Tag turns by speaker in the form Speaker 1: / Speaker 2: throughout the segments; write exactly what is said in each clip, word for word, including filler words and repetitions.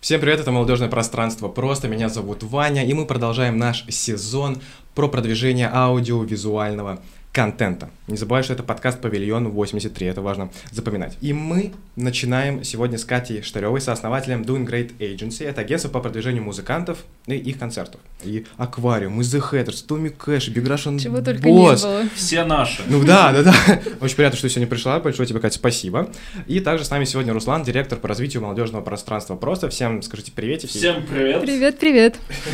Speaker 1: Всем привет, это «Молодежное пространство просто», меня зовут Ваня, и мы продолжаем наш сезон про продвижение аудиовизуального контента. Не забывай, что это подкаст «Павильон восемьдесят три», это важно запоминать. И мы начинаем сегодня с Катей Штаревой, сооснователем Doing Great Agency. Это агентство по продвижению музыкантов и их концертов. И Аквариум, и The Hatters, Tommy Cash, Big Russian
Speaker 2: Чего только
Speaker 1: Boss.
Speaker 2: не было.
Speaker 3: Все наши.
Speaker 1: Ну да, да, да. Очень приятно, что ты сегодня пришла. Большое тебе, Катя, спасибо. И также с нами сегодня Руслан, директор по развитию молодежного пространства «Просто». Всем скажите приветики.
Speaker 3: Всем привет.
Speaker 2: Привет, привет.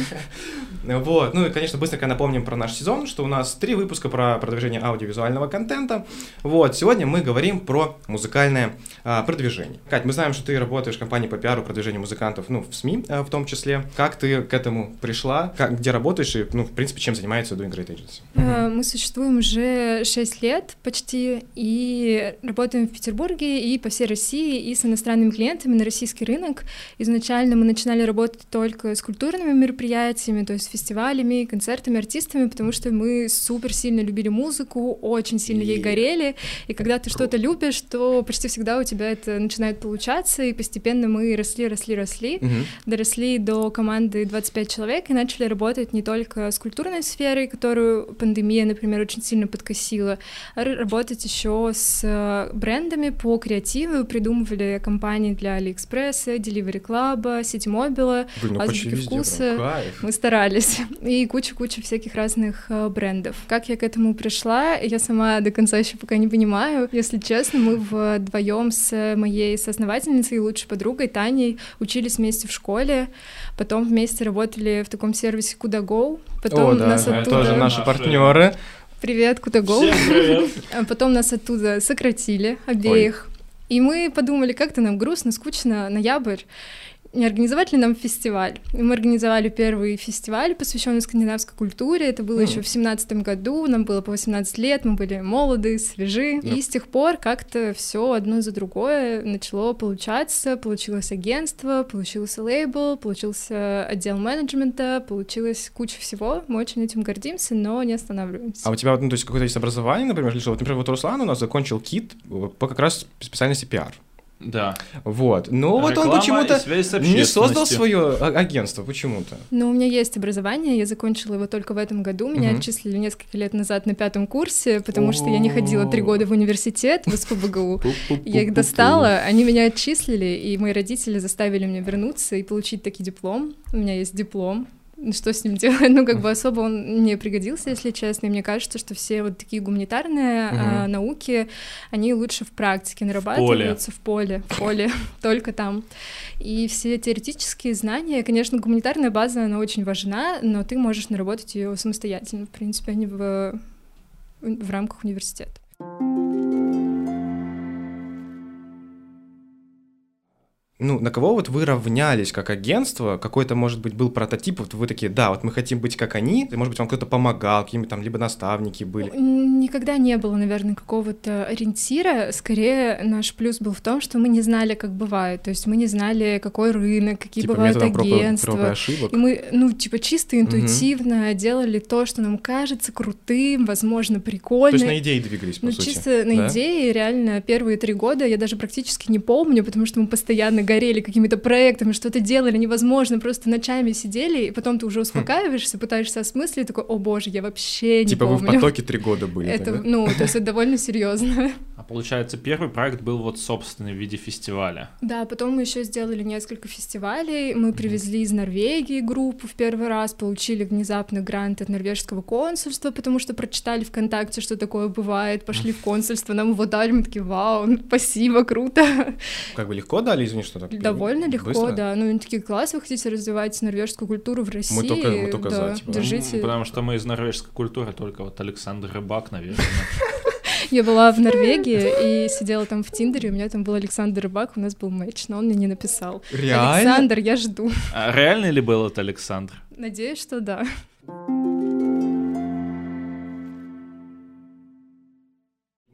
Speaker 1: Вот. Ну и, конечно, быстренько напомним про наш сезон, что у нас три выпуска про продвижение аудиовизуального контента. Вот. Сегодня мы говорим про музыкальное а, продвижение. Кать, мы знаем, что ты работаешь в компании по пиару, продвижению музыкантов, ну, в СМИ а, в том числе. Как ты к этому пришла? Как, где работаешь и, ну, в принципе, чем занимается Doing Great Agency?
Speaker 2: Uh, мы существуем уже шесть лет почти и работаем в Петербурге и по всей России, и с иностранными клиентами на российский рынок. Изначально мы начинали работать только с культурными мероприятиями, то есть фестивалями, концертами, артистами, потому что мы супер сильно любили музыку, очень сильно ей горели, и когда ты что-то любишь, то почти всегда у тебя это начинает получаться, и постепенно мы росли, росли, росли,
Speaker 1: Uh-huh.
Speaker 2: доросли до команды двадцать пять человек и начали работать не только с культурной сферой, которую пандемия, например, очень сильно подкосила, а работать еще с брендами по креативу, придумывали компании для Алиэкспресса, Delivery Club, Ситимобила,
Speaker 1: Блин, ну
Speaker 2: Азбуки
Speaker 1: почти везде,
Speaker 2: Вкуса.
Speaker 1: прям кайф.
Speaker 2: Мы старались. И куча-куча всяких разных э, брендов. Как я к этому пришла, я сама до конца еще пока не понимаю. Если честно, мы вдвоем с моей соосновательницей и лучшей подругой Таней учились вместе в школе, потом вместе работали в таком сервисе Куда.Go, потом
Speaker 1: О, да,
Speaker 2: нас
Speaker 1: это
Speaker 2: оттуда...
Speaker 1: тоже наши партнеры.
Speaker 2: Привет, Куда.Go.
Speaker 3: Всем привет.
Speaker 2: А потом нас оттуда сократили обеих. Ой. И мы подумали, как-то нам грустно, скучно, ноябрь. Не организовать ли нам фестиваль? И мы организовали первый фестиваль, посвященный скандинавской культуре. Это было mm. еще в семнадцатом году, нам было по восемнадцать лет, мы были молоды, свежи. Yeah. И с тех пор как-то все одно за другое начало получаться. Получилось агентство, получился лейбл, получился отдел менеджмента, получилась куча всего. Мы очень этим гордимся, но не останавливаемся.
Speaker 1: А у тебя, ну, то есть какое-то есть образование, например, или что? Вот, например, вот Руслан у нас закончил КИТ по как раз специальности пиар.
Speaker 3: Да.
Speaker 1: Вот. Но вот он почему-то не создал свое агентство, почему-то.
Speaker 2: Ну, у меня есть образование, я закончила его только в этом году. Меня
Speaker 1: uh-huh.
Speaker 2: отчислили несколько лет назад на пятом курсе, потому что я не ходила три года в университет в СПбГУ. Я их достала, они меня отчислили, и мои родители заставили меня вернуться и получить таки диплом. У меня есть диплом. Что с ним делать? Ну, как бы особо он не пригодился, если честно, и мне кажется, что все вот такие гуманитарные uh-huh. а, науки, они лучше в практике нарабатываются, в поле, в поле, только там. И все теоретические знания, конечно, гуманитарная база, она очень важна, но ты можешь наработать ее самостоятельно, в принципе, а не в, в рамках университета.
Speaker 1: Ну, на кого вот вы равнялись как агентство? Какой-то, может быть, был прототип, вот вы такие, да, вот мы хотим быть как они, может быть, вам кто-то помогал, какие-нибудь там либо наставники были?
Speaker 2: Никогда не было, наверное, какого-то ориентира, скорее наш плюс был в том, что мы не знали, как бывает, то есть мы не знали, какой рынок, какие
Speaker 1: типа
Speaker 2: бывают агентства,
Speaker 1: проб и ошибок.
Speaker 2: И мы, ну, типа, чисто интуитивно угу. делали то, что нам кажется крутым, возможно, прикольным.
Speaker 1: То есть на идеи двигались, по
Speaker 2: ну,
Speaker 1: сути?
Speaker 2: Ну, чисто на
Speaker 1: да?
Speaker 2: идеи, реально, первые три года я даже практически не помню, потому что мы постоянно горели какими-то проектами, что-то делали невозможно, просто ночами сидели, и потом ты уже успокаиваешься, пытаешься осмыслить, такой, о боже, я вообще не
Speaker 1: типа
Speaker 2: помню.
Speaker 1: Типа вы в потоке три года были.
Speaker 2: Это,
Speaker 1: тогда?
Speaker 2: ну, то есть это довольно серьезно.
Speaker 3: А получается, первый проект был вот собственный в виде фестиваля.
Speaker 2: Да, потом мы еще сделали несколько фестивалей, мы привезли из Норвегии группу в первый раз, получили внезапно грант от норвежского консульства, потому что прочитали ВКонтакте, что такое бывает, пошли в консульство, нам его дали, мы такие, вау, спасибо, круто.
Speaker 1: Как бы легко дали, извини, что так?
Speaker 2: Довольно легко,
Speaker 1: Быстро?
Speaker 2: Да. Ну, такие класс, вы хотите развивать норвежскую культуру в России.
Speaker 1: Мы только, мы только
Speaker 2: да,
Speaker 1: за, типа.
Speaker 2: Держите.
Speaker 3: Потому что мы из норвежской культуры, только вот Александр Рыбак, наверное.
Speaker 2: Я была в Норвегии и сидела там в Тиндере, у меня там был Александр Рыбак, у нас был матч, но он мне не написал.
Speaker 1: Реально?
Speaker 2: Александр, я жду.
Speaker 3: А реально ли был это Александр?
Speaker 2: Надеюсь, что да.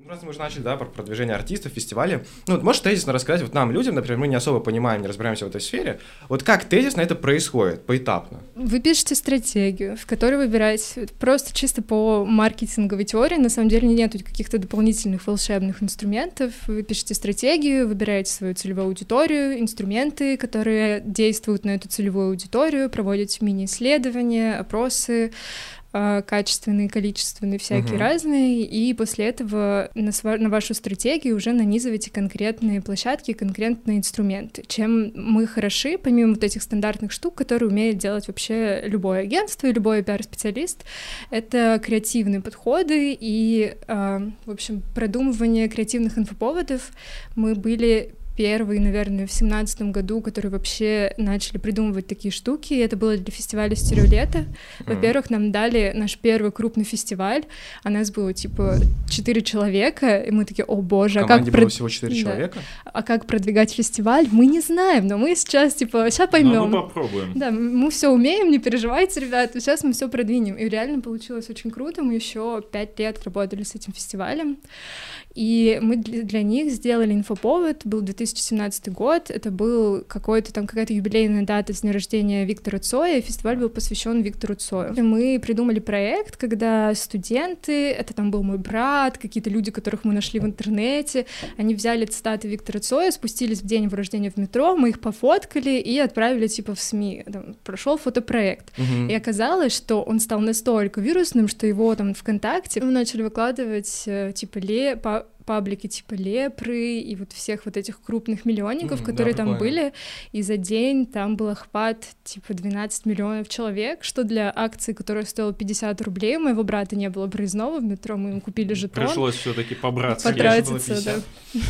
Speaker 1: Просто мы уже начали, да, про продвижение артистов, фестивали. Ну, вот можешь тезисно рассказать вот нам, людям, например, мы не особо понимаем, не разбираемся в этой сфере, вот как тезисно это происходит, поэтапно?
Speaker 2: Вы пишете стратегию, в которой выбираете просто чисто по маркетинговой теории, на самом деле нету каких-то дополнительных волшебных инструментов. Вы пишете стратегию, выбираете свою целевую аудиторию, инструменты, которые действуют на эту целевую аудиторию, проводите мини-исследования, опросы, качественные, количественные, всякие uh-huh. разные, и после этого на, сва- на вашу стратегию уже нанизываете конкретные площадки, конкретные инструменты. Чем мы хороши, помимо вот этих стандартных штук, которые умеет делать вообще любое агентство и любой пиар-специалист, это креативные подходы и, э, в общем, продумывание креативных инфоповодов. Мы были первые, наверное, в семнадцатом году, которые вообще начали придумывать такие штуки. Это было для фестиваля «Стереолето». Во-первых, нам дали наш первый крупный фестиваль, а нас было, типа, четыре человека, и мы такие, о боже, а как...
Speaker 1: В команде было всего четыре да. человека?
Speaker 2: А как продвигать фестиваль, мы не знаем, но мы сейчас, типа, сейчас поймем.
Speaker 3: Ну, мы попробуем.
Speaker 2: Да, мы все умеем, не переживайте, ребята, сейчас мы все продвинем. И реально получилось очень круто, мы еще пять лет работали с этим фестивалем, и мы для них сделали инфоповод, был две тысячи семнадцатый год, это был какой-то там какая-то юбилейная дата с дня рождения Виктора Цоя, и фестиваль был посвящен Виктору Цою. И мы придумали проект, когда студенты, это там был мой брат, какие-то люди, которых мы нашли в интернете, они взяли цитаты Виктора Цоя, спустились в день его рождения в метро, мы их пофоткали и отправили типа в СМИ, там, прошел фотопроект. Uh-huh. И оказалось, что он стал настолько вирусным, что его там ВКонтакте мы начали выкладывать типа ле по паблики типа Лепры и вот всех вот этих крупных миллионников, mm, которые да, там были, и за день там был охват типа двенадцать миллионов человек, что для акции, которая стоила пятьдесят рублей, у моего брата не было проездного в метро, мы ему купили жетон.
Speaker 3: Пришлось все-таки побраться.
Speaker 2: Потратиться, да.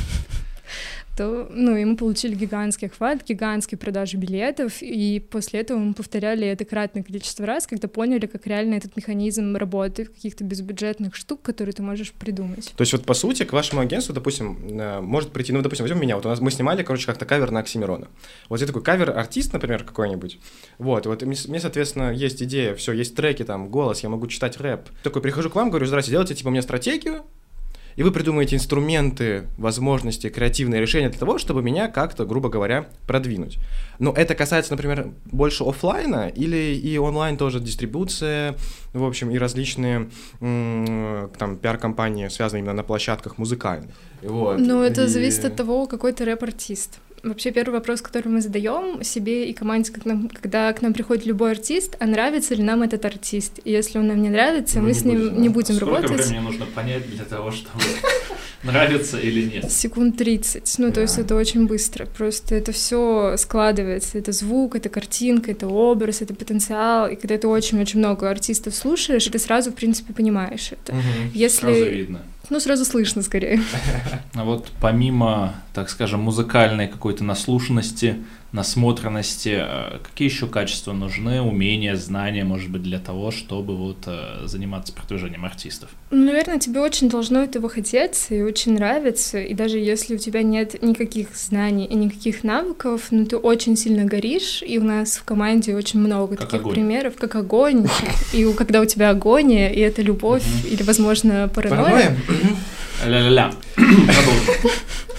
Speaker 2: То, ну, и мы получили гигантский охват, гигантские продажи билетов, и после этого мы повторяли это кратное количество раз, когда поняли, как реально этот механизм работает, каких-то безбюджетных штук, которые ты можешь придумать.
Speaker 1: То есть вот по сути к вашему агентству, допустим, может прийти, ну, допустим, возьмем меня, вот у нас мы снимали, короче, как-то кавер на Оксимирона. Вот я такой кавер-артист, например, какой-нибудь, вот, вот мне, соответственно, есть идея, все, есть треки, там, голос, я могу читать рэп. Такой прихожу к вам, говорю, здрасте, делайте, типа, мне стратегию, и вы придумаете инструменты, возможности, креативные решения для того, чтобы меня как-то, грубо говоря, продвинуть. Но это касается, например, больше офлайна или и онлайн тоже дистрибуция, в общем, и различные м- там пиар-компании, связанные именно на площадках музыкальных. Вот.
Speaker 2: Ну, это
Speaker 1: и... зависит
Speaker 2: от того, какой ты рэп-артист. Вообще, первый вопрос, который мы задаем себе и команде, как нам, когда к нам приходит любой артист, а нравится ли нам этот артист. И если он нам не нравится, мы, мы с ним будем, не будем
Speaker 3: Сколько
Speaker 2: работать.
Speaker 3: Сколько времени нужно понять для того, чтобы нравится или нет?
Speaker 2: Секунд тридцать. Ну, то есть это очень быстро. Просто это все складывается. Это звук, это картинка, это образ, это потенциал. И когда ты очень-очень много артистов слушаешь, ты сразу, в принципе, понимаешь это. Если...
Speaker 3: Сразу видно.
Speaker 2: Ну, сразу слышно, скорее.
Speaker 3: А вот помимо, так скажем, музыкальной какой-то наслушанности, насмотренности, какие еще качества нужны, умения, знания, может быть, для того, чтобы вот заниматься продвижением артистов?
Speaker 2: Ну, наверное, тебе очень должно этого хотеться и очень нравится, и даже если у тебя нет никаких знаний и никаких навыков, но ты очень сильно горишь, и у нас в команде очень много
Speaker 3: как
Speaker 2: таких
Speaker 3: огонь.
Speaker 2: примеров, как огонь, и когда у тебя агония, и это любовь, или, возможно, паранойя.
Speaker 3: Ля-ля-ля. Продолжим.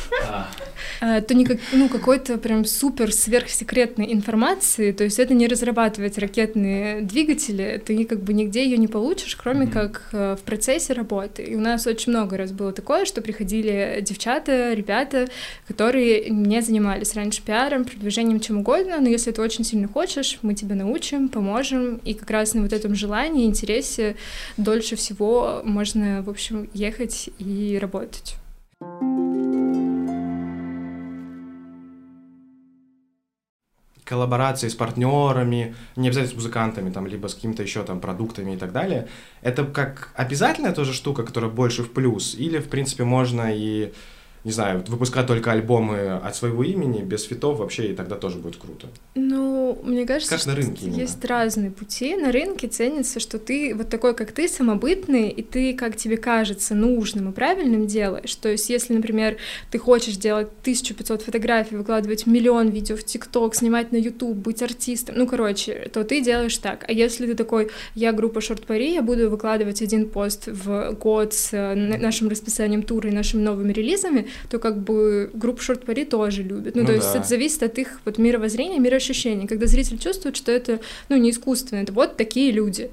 Speaker 2: То никак, ну, какой-то прям супер сверхсекретной информации, то есть это не разрабатывать ракетные двигатели, ты как бы нигде ее не получишь, кроме mm-hmm. как в процессе работы. И у нас очень много раз было такое, что приходили девчата, ребята, которые не занимались раньше пиаром, продвижением, чем угодно, но если ты очень сильно хочешь, мы тебя научим, поможем, и как раз на вот этом желании, интересе дольше всего можно, в общем, ехать и работать.
Speaker 1: Коллаборации с партнерами, не обязательно с музыкантами, там, либо с какими-то еще там продуктами и так далее. Это как обязательная тоже штука, которая больше в плюс, или, в принципе, можно и, не знаю, выпускать только альбомы от своего имени, без фитов вообще, и тогда тоже будет круто?
Speaker 2: Ну, Ну, мне кажется,
Speaker 1: как на рынке именно?
Speaker 2: Есть разные пути. На рынке ценится, что ты вот такой, как ты, самобытный, и ты, как тебе кажется, нужным и правильным делаешь. То есть, если, например, ты хочешь делать тысячу пятьсот фотографий, выкладывать миллион видео в ТикТок, снимать на Ютуб, быть артистом, ну, короче, то ты делаешь так. А если ты такой, я группа Short Party, я буду выкладывать один пост в год с нашим расписанием тура и нашими новыми релизами, то как бы группу Short Party тоже любят. Ну, ну то да. есть это зависит от их вот мировоззрения, мироощущения. Когда зритель чувствует, что это, ну, не искусственно, это вот такие люди,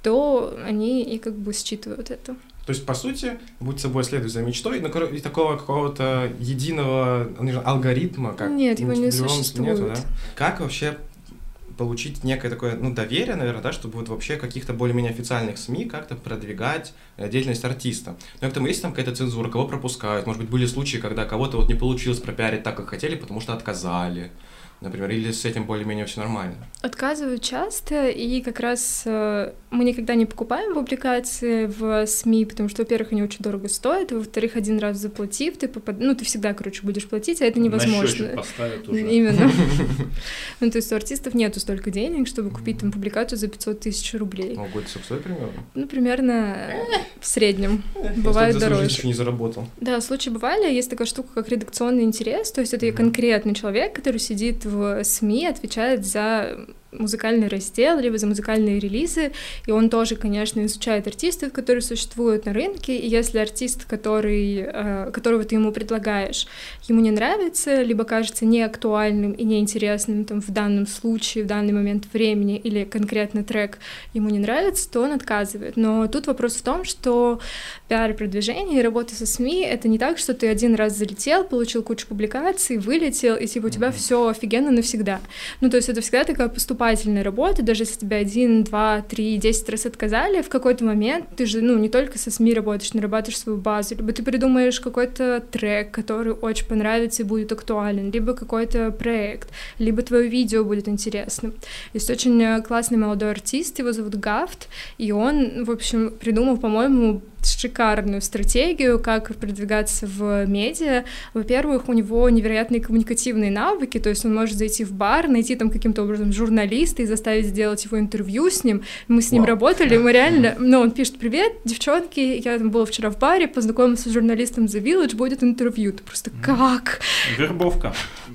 Speaker 2: то они и как бы считывают это.
Speaker 1: То есть, по сути, будь собой, следуй за мечтой, но такого какого-то единого алгоритма, как...
Speaker 2: Нет, его не существует.
Speaker 1: Нету, да? Как вообще получить некое такое, ну, доверие, наверное, да, чтобы вот вообще каких-то более-менее официальных СМИ как-то продвигать деятельность артиста? Ну, к тому есть там какая-то цензура, кого пропускают? Может быть, были случаи, когда кого-то вот не получилось пропиарить так, как хотели, потому что отказали? Например, или с этим более-менее все нормально?
Speaker 2: Отказывают часто, и как раз э, мы никогда не покупаем публикации в СМИ, потому что, во-первых, они очень дорого стоят, во-вторых, один раз заплатив, ты попад... ну, ты всегда, короче, будешь платить, а это невозможно.
Speaker 3: На счётчик поставят уже.
Speaker 2: Именно. Ну, то есть у артистов нету столько денег, чтобы купить там публикацию за пятьсот тысяч рублей.
Speaker 1: Ну, год стоит примерно?
Speaker 2: Ну, примерно в среднем. Бывает дороже.
Speaker 1: Не заработал.
Speaker 2: Да, случаи бывали. Есть такая штука, как редакционный интерес, то есть это конкретный человек, который сидит в СМИ, отвечает за музыкальный раздел, либо за музыкальные релизы, и он тоже, конечно, изучает артистов, которые существуют на рынке, и если артист, который, которого ты ему предлагаешь, ему не нравится, либо кажется неактуальным и неинтересным там, в данном случае, в данный момент времени, или конкретно трек ему не нравится, то он отказывает. Но тут вопрос в том, что пиар-продвижение и работа со СМИ — это не так, что ты один раз залетел, получил кучу публикаций, вылетел, и типа у тебя все офигенно навсегда. Ну, то есть это всегда такая поступательная работа, даже если тебя один, два, три, десять раз отказали, в какой-то момент ты же, ну, не только со СМИ работаешь, нарабатываешь свою базу, либо ты придумаешь какой-то трек, который очень понравится и будет актуален, либо какой-то проект, либо твое видео будет интересным. Есть очень классный молодой артист, его зовут Гафт, и он, в общем, придумал, по-моему, шикарную стратегию, как продвигаться в медиа. Во-первых, у него невероятные коммуникативные навыки, то есть он может зайти в бар, найти там каким-то образом журналиста и заставить сделать его интервью с ним. Мы с ним wow. работали, мы реально... Ну, он пишет: «Привет, девчонки, я там была вчера в баре, познакомился с журналистом The Village, будет интервью». Ты просто как?
Speaker 3: Вербовка.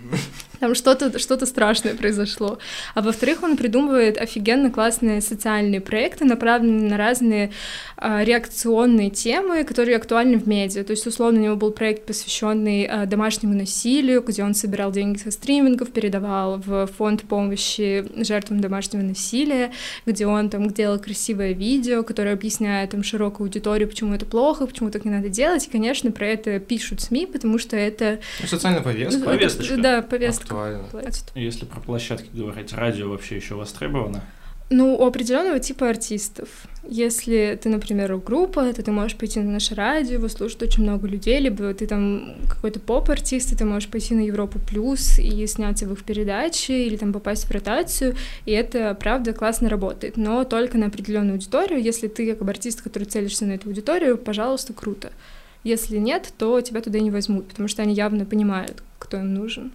Speaker 2: Там что-то, что-то страшное произошло. А во-вторых, он придумывает офигенно классные социальные проекты, направленные на разные а, реакционные темы, которые актуальны в медиа. То есть, условно, у него был проект, посвященный а, домашнему насилию, где он собирал деньги со стримингов, передавал в фонд помощи жертвам домашнего насилия, где он там делал красивое видео, которое объясняет там широкой аудитории, почему это плохо, почему так не надо делать. И, конечно, про это пишут СМИ, потому что это...
Speaker 1: Ну, социальная повестка.
Speaker 3: Повесточка.
Speaker 2: Да, повестка.
Speaker 3: Если про площадки говорить, радио вообще еще востребовано?
Speaker 2: Ну, у определенного типа артистов. Если ты, например, группа, то ты можешь пойти на наше радио, его слушает очень много людей, либо ты там какой-то поп-артист, и ты можешь пойти на Европу Плюс и сняться в их передаче, или там попасть в ротацию, и это, правда, классно работает, но только на определенную аудиторию. Если ты как артист, который целишься на эту аудиторию, пожалуйста, круто. Если нет, то тебя туда не возьмут, потому что они явно понимают, кто им нужен.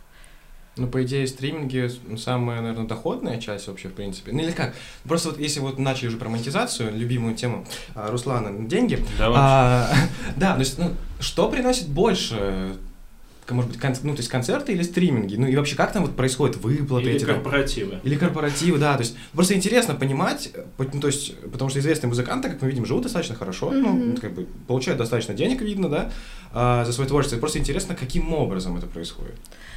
Speaker 1: Ну, по идее, стриминги самая, наверное, доходная часть вообще, в принципе. Ну, или как? Просто вот если вот начали уже про монетизацию, любимую тему а, Руслана, деньги.
Speaker 3: Да,
Speaker 1: а, да, то есть, ну, что приносит больше? Может быть, кон- ну, то есть концерты или стриминги? Ну, и вообще, как там вот происходит выплаты?
Speaker 3: Или
Speaker 1: эти,
Speaker 3: корпоративы.
Speaker 1: Там, или корпоративы, да. То есть, просто интересно понимать, ну, то есть, потому что известные музыканты, как мы видим, живут достаточно хорошо, mm-hmm. ну, как бы, получают достаточно денег, видно, да, а, за свое творчество. И просто интересно, каким образом это происходит.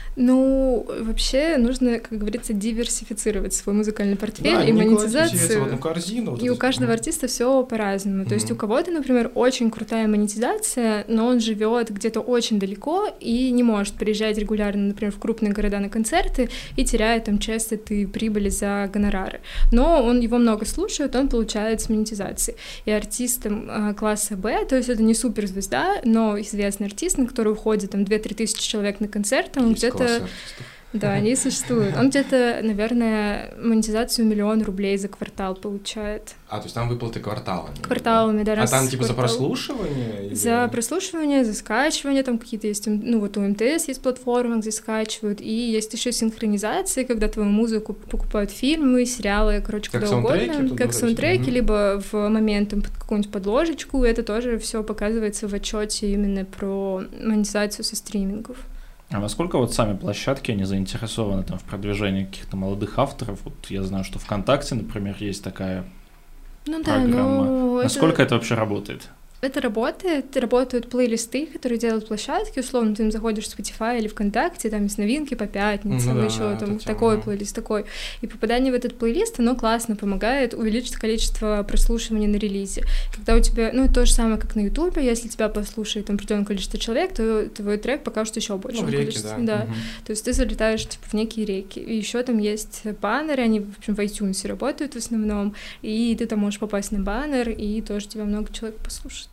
Speaker 2: Ну, вообще нужно, как говорится, диверсифицировать свой музыкальный портфель
Speaker 1: да,
Speaker 2: и монетизацию.
Speaker 1: В одну корзину, вот
Speaker 2: и
Speaker 1: это...
Speaker 2: у каждого артиста все по-разному. Mm-hmm. То есть у кого-то, например, очень крутая монетизация, но он живет где-то очень далеко и не может приезжать регулярно, например, в крупные города на концерты и теряет там часто ты прибыли за гонорары. Но он его много слушает, он получает с монетизацией. И артистам э, класса Б, то есть это не суперзвезда, но известный артист, на который уходит там две-три тысячи человек на концерт, он где-то Да, они существуют. Он где-то, наверное, монетизацию миллион рублей за квартал получает.
Speaker 1: А, то есть там выплаты кварталами?
Speaker 2: Кварталами, да.
Speaker 1: А
Speaker 2: раз
Speaker 1: там
Speaker 2: в
Speaker 1: типа за
Speaker 2: квартал.
Speaker 1: прослушивание? Или...
Speaker 2: За прослушивание, за скачивание, там какие-то есть, ну вот у эм тэ эс есть платформа, где скачивают, и есть еще синхронизации, когда твою музыку покупают фильмы, сериалы, короче,
Speaker 1: как
Speaker 2: куда угодно, как саундтреки,
Speaker 1: угу.
Speaker 2: либо в момент там, под какую-нибудь подложечку, и это тоже все показывается в отчете именно про монетизацию со стримингов.
Speaker 3: А насколько вот сами площадки, они заинтересованы там в продвижении каких-то молодых авторов? Вот я знаю, что ВКонтакте, например, есть такая
Speaker 2: ну, да,
Speaker 3: программа.
Speaker 2: но
Speaker 3: Насколько
Speaker 2: это...
Speaker 3: это вообще работает?
Speaker 2: Это работает, работают плейлисты, которые делают площадки, условно, ты им заходишь в Spotify или ВКонтакте, там есть новинки по пятницам, ну, да, еще там такой плейлист, такой, и попадание в этот плейлист, оно классно помогает увеличить количество прослушиваний на релизе. Когда у тебя, ну, то же самое, как на Ютубе, если тебя послушает там определенное количество человек, то твой трек покажет еще больше
Speaker 1: ну,
Speaker 2: количество.
Speaker 1: Да.
Speaker 2: Да.
Speaker 1: Угу.
Speaker 2: То есть ты залетаешь типа в некие реки. И еще там есть баннеры, они, в общем, в iTunes работают в основном, и ты там можешь попасть на баннер, и тоже тебя много человек послушает.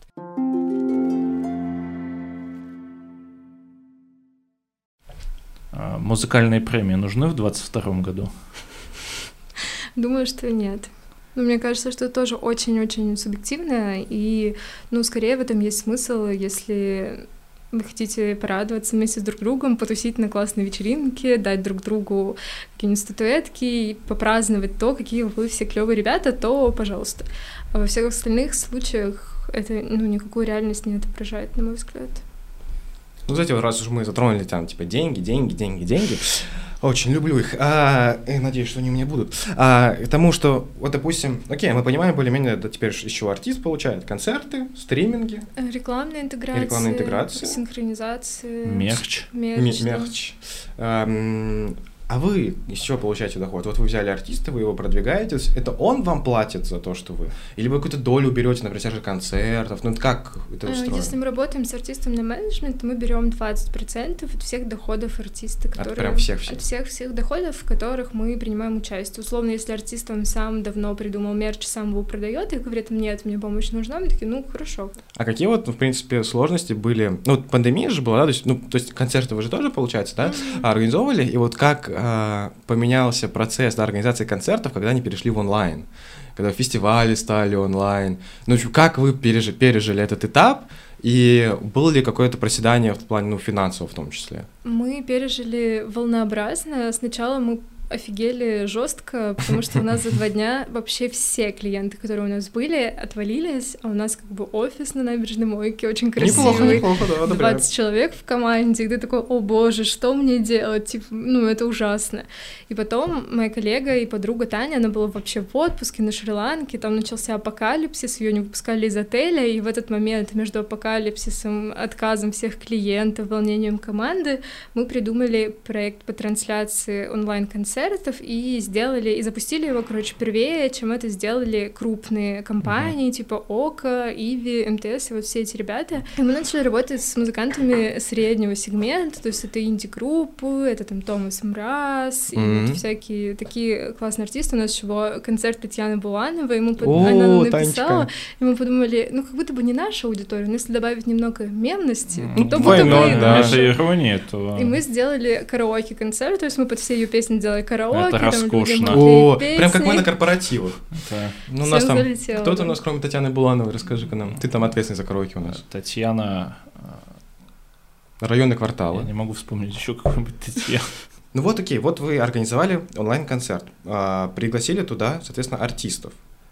Speaker 3: Музыкальные премии нужны в двадцать втором году?
Speaker 2: Думаю, что нет. Но мне кажется, что это тоже очень-очень субъективно, и, ну, скорее в этом есть смысл, если вы хотите порадоваться вместе с друг другом, потусить на классной вечеринке, дать друг другу какие-нибудь статуэтки и попраздновать то, какие вы все клёвые ребята, то пожалуйста. А во всех остальных случаях это, ну, никакую реальность не отображает, на мой взгляд.
Speaker 1: Ну, кстати, вот раз уж мы затронули там, типа, деньги, деньги, деньги, деньги, очень люблю их, а, и надеюсь, что они у меня будут, а, к тому, что, вот, допустим, окей, мы понимаем, более-менее, да, теперь еще артист получает концерты, стриминги.
Speaker 2: Рекламная интеграция.
Speaker 1: Рекламная интеграция.
Speaker 2: Синхронизация.
Speaker 3: Мерч.
Speaker 2: Мерч,
Speaker 1: М- мерч. Да. А, а вы из чего получаете доход? Вот вы взяли артиста, вы его продвигаете, это он вам платит за то, что вы? Или вы какую-то долю берете, например, тех же концертов? Ну, как это устроено?
Speaker 2: Если мы работаем с артистом на менеджмент, то мы берем двадцать процентов от всех доходов артиста, которые...
Speaker 1: От прям всех-всех?
Speaker 2: От всех-всех доходов, в которых мы принимаем участие. Условно, если артист он сам давно придумал мерч, сам его продает, и говорит, нет, мне помощь нужна, мы такие, ну, хорошо.
Speaker 1: А какие вот, в принципе, сложности были? Ну, пандемия же была, да? То есть, ну, то есть концерты вы же тоже, получается, да, mm-hmm. организовывали? И вот как а, поменялся процесс, да, организации концертов, когда они перешли в онлайн? Когда фестивали стали онлайн? Ну, как вы пережили, пережили этот этап? И было ли какое-то проседание в плане, ну, финансово в том числе?
Speaker 2: Мы пережили волнообразно. Сначала мы офигели жестко, потому что у нас за два дня вообще все клиенты, которые у нас были, отвалились, а у нас как бы офис на набережной Мойке очень красивый.
Speaker 1: Неплохо, неплохо, да,
Speaker 2: двадцать человек в команде, и ты такой, о боже, что мне делать? Типа, ну, это ужасно. И потом моя коллега и подруга Таня, она была вообще в отпуске на Шри-Ланке, там начался апокалипсис, ее не выпускали из отеля, и в этот момент между апокалипсисом, отказом всех клиентов, волнением команды мы придумали проект по трансляции онлайн-концертов и сделали, и запустили его, короче, первее, чем это сделали крупные компании, mm-hmm. типа Ока, Иви, эм тэ эс, и вот все эти ребята. И мы начали работать с музыкантами среднего сегмента, то есть это инди-группы, это там Томас Мраз, mm-hmm. и вот всякие такие классные артисты. У нас еще был концерт Татьяны Булановой, и мы под...
Speaker 1: О,
Speaker 2: она нам написала,
Speaker 1: Танечка.
Speaker 2: и мы подумали, ну, как будто бы не наша аудитория, но если добавить немного мемности,
Speaker 3: mm-hmm.
Speaker 2: то будто бы
Speaker 3: да. Это ирония, то...
Speaker 2: И мы сделали караоке-концерт, то есть мы под все ее песни делали караоке.
Speaker 3: Это роскошно.
Speaker 1: О, прям как мы на корпоративах.
Speaker 3: Да.
Speaker 1: Ну, у нас там кто-то у нас, кроме Татьяны Булановой, расскажи-ка нам. Ты там ответственный за караоке у нас.
Speaker 3: Татьяна...
Speaker 1: Районный квартал.
Speaker 3: Я не могу вспомнить еще какую-нибудь Татьяну.
Speaker 1: Ну вот окей, вот вы организовали онлайн-концерт, пригласили туда, соответственно, артистов.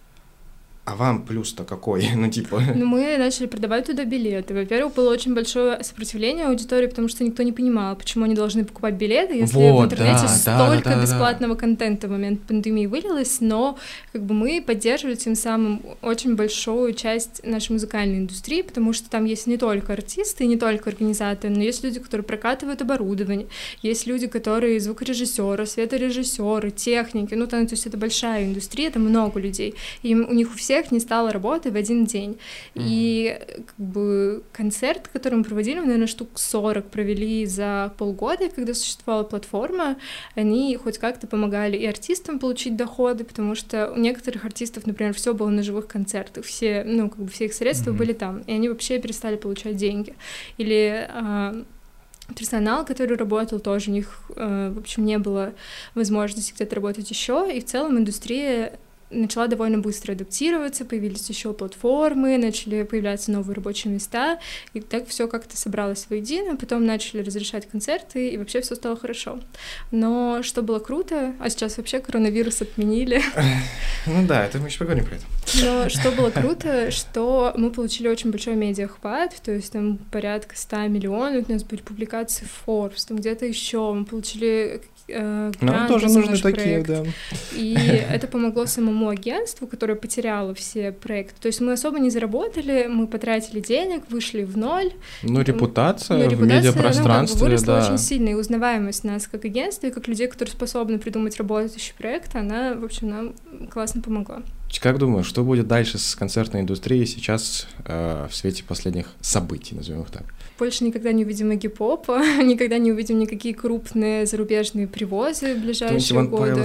Speaker 1: А вам плюс-то какой? Ну, типа...
Speaker 2: Ну, мы начали продавать туда билеты. Во-первых, было очень большое сопротивление аудитории, потому что никто не понимал, почему они должны покупать билеты, если вот, в интернете да, столько да, да, бесплатного да. контента в момент пандемии вылилось, но как бы мы поддерживали тем самым очень большую часть нашей музыкальной индустрии, потому что там есть не только артисты, не только организаторы, но есть люди, которые прокатывают оборудование, есть люди, которые звукорежиссеры, светорежиссеры, техники, ну, там, то есть это большая индустрия, это много людей, и у них у всех всех не стало работы в один день. Mm-hmm. И как бы концерт, который мы проводили, мы, наверное, штук сорок провели за полгода, когда существовала платформа, они хоть как-то помогали и артистам получить доходы, потому что у некоторых артистов, например, все было на живых концертах, все, ну, как бы все их средства mm-hmm. были там, и они вообще перестали получать деньги. Или... А, персонал, который работал, тоже у них, в общем, не было возможности где-то работать еще, и в целом индустрия начала довольно быстро адаптироваться, появились еще платформы, начали появляться новые рабочие места, и так все как-то собралось воедино, потом начали разрешать концерты, и вообще все стало хорошо. Но что было круто, а сейчас вообще коронавирус отменили.
Speaker 1: Ну да, это мы еще поговорим про это.
Speaker 2: Но что было круто, что мы получили очень большой медиахват, то есть там порядка ста миллионов, у нас были публикации в Forbes, там где-то еще мы получили э, гранты.
Speaker 1: Нам тоже
Speaker 2: за
Speaker 1: нужны
Speaker 2: наш
Speaker 1: такие,
Speaker 2: проект.
Speaker 1: да.
Speaker 2: И это помогло самому агентству, которое потеряло все проекты. То есть мы особо не заработали, мы потратили денег, вышли в ноль.
Speaker 1: Ну, репутация
Speaker 2: ну,
Speaker 1: в
Speaker 2: репутация,
Speaker 1: медиапространстве,
Speaker 2: ну, как бы выросла
Speaker 1: да.
Speaker 2: очень сильно, и узнаваемость нас как агентства, и как людей, которые способны придумать работающий проект, она, в общем, нам классно помогла.
Speaker 1: Как думаешь, что будет дальше с концертной индустрией сейчас э, в свете последних событий, назовем их так?
Speaker 2: Больше никогда не увидим Игги-попа, никогда не увидим никакие крупные зарубежные привозы в ближайшие годы.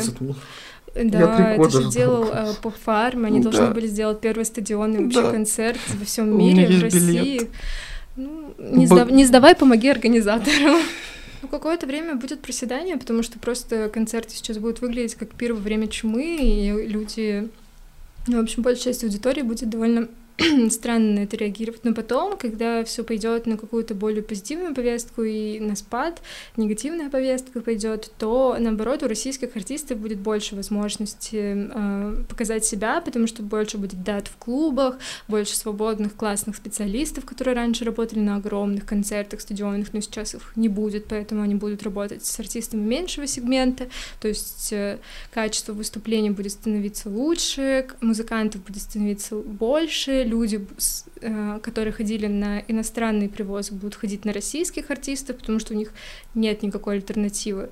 Speaker 2: Да, это же делал э, Поп-фарм, они да. должны были сделать первый стадионный вообще да. концерт во всем мире, в России. Ну, не, сдав... не сдавай, помоги организатору. Ну, какое-то время будет проседание, потому что просто концерты сейчас будут выглядеть как пир во время чумы, и люди, ну, в общем, большая часть аудитории будет довольно странно на это реагировать. Но потом, когда все пойдет на какую-то более позитивную повестку и на спад, негативная повестка пойдет, то, наоборот, у российских артистов будет больше возможности э, показать себя, потому что больше будет дат в клубах, больше свободных, классных специалистов, которые раньше работали на огромных концертах стадионных, но сейчас их не будет, поэтому они будут работать с артистами меньшего сегмента, то есть э, качество выступлений будет становиться лучше, музыкантов будет становиться больше, люди, которые ходили на иностранные привозы, будут ходить на российских артистов, потому что у них нет никакой альтернативы.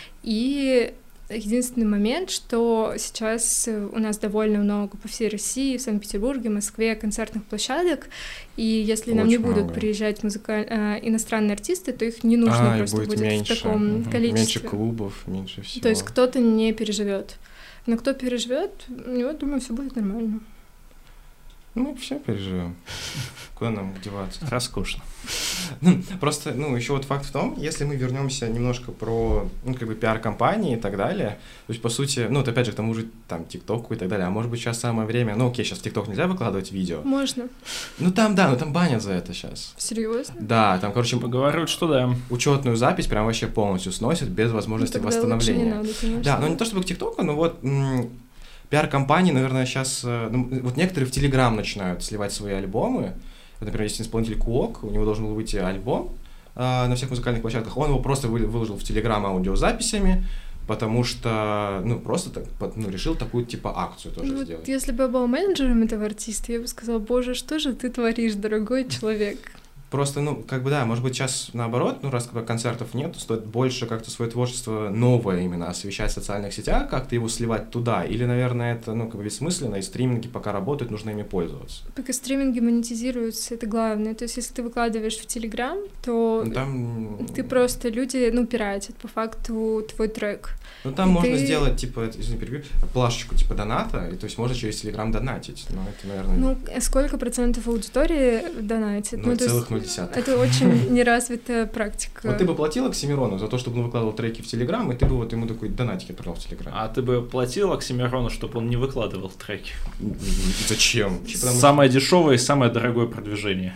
Speaker 2: И единственный момент, что сейчас у нас довольно много по всей России, в Санкт-Петербурге, Москве концертных площадок, и если нам Очень не будут много. приезжать музыка... иностранные артисты, то их не нужно
Speaker 1: а,
Speaker 2: просто
Speaker 1: будет,
Speaker 2: будет
Speaker 1: меньше.
Speaker 2: в таком
Speaker 1: угу.
Speaker 2: количестве.
Speaker 1: Меньше клубов, меньше всего.
Speaker 2: То есть кто-то не переживет. Но кто переживет, у него, думаю, все будет нормально.
Speaker 1: Ну, все переживем. Куда нам деваться?
Speaker 3: Роскошно.
Speaker 1: Ну, просто, ну, еще вот факт в том, если мы вернемся немножко про, ну, как бы, пиар-компании и так далее, то есть, по сути, ну, вот опять же, к тому же, там, ТикТоку и так далее, а может быть, сейчас самое время, ну, окей, сейчас в ТикТок нельзя выкладывать видео.
Speaker 2: Можно.
Speaker 1: Ну, там, да, ну, там банят за это сейчас.
Speaker 2: Серьезно?
Speaker 1: Да, там, короче,
Speaker 3: говорят, что да.
Speaker 1: Учетную запись прям вообще полностью сносят без возможности
Speaker 2: ну,
Speaker 1: восстановления.
Speaker 2: Не надо, конечно.
Speaker 1: Да, но не то чтобы к ТикТоку, но вот... М- пиар-компании, наверное, сейчас... Ну, вот некоторые в Телеграм начинают сливать свои альбомы. Вот, например, есть исполнитель Куок, у него должен был выйти альбом э, на всех музыкальных площадках. Он его просто вы, выложил в Телеграм аудиозаписями, потому что, ну, просто так, ну, решил такую, типа, акцию тоже
Speaker 2: ну,
Speaker 1: сделать.
Speaker 2: Если бы я была менеджером этого артиста, я бы сказала, боже, что же ты творишь, дорогой человек?
Speaker 1: Просто, ну, как бы, да, может быть, сейчас наоборот, ну, раз когда концертов нет, стоит больше как-то свое творчество новое именно освещать в социальных сетях, как-то его сливать туда, или, наверное, это, ну, как бы бессмысленно, и стриминги пока работают, нужно ими пользоваться.
Speaker 2: Пока стриминги монетизируются, это главное, то есть если ты выкладываешь в Телеграм, то
Speaker 1: ну, там...
Speaker 2: ты просто, люди, ну, пиратят по факту твой трек.
Speaker 1: Ну, там
Speaker 2: и
Speaker 1: можно
Speaker 2: ты...
Speaker 1: сделать, типа, извини, перебью, плашечку, типа, доната, и, то есть можно через Телеграм донатить, но это, наверное...
Speaker 2: Ну, сколько процентов аудитории донатит?
Speaker 1: Ну,
Speaker 2: ну
Speaker 1: целых ноль десятых.
Speaker 2: Это очень неразвитая практика.
Speaker 1: Вот ты бы платила Оксимирону за то, чтобы он выкладывал треки в Телеграм, и ты бы вот ему такой донатик отправил в Телеграм.
Speaker 3: А ты бы платил Оксимирону, чтобы он не выкладывал треки?
Speaker 1: Зачем?
Speaker 3: Самое дешевое и самое дорогое продвижение.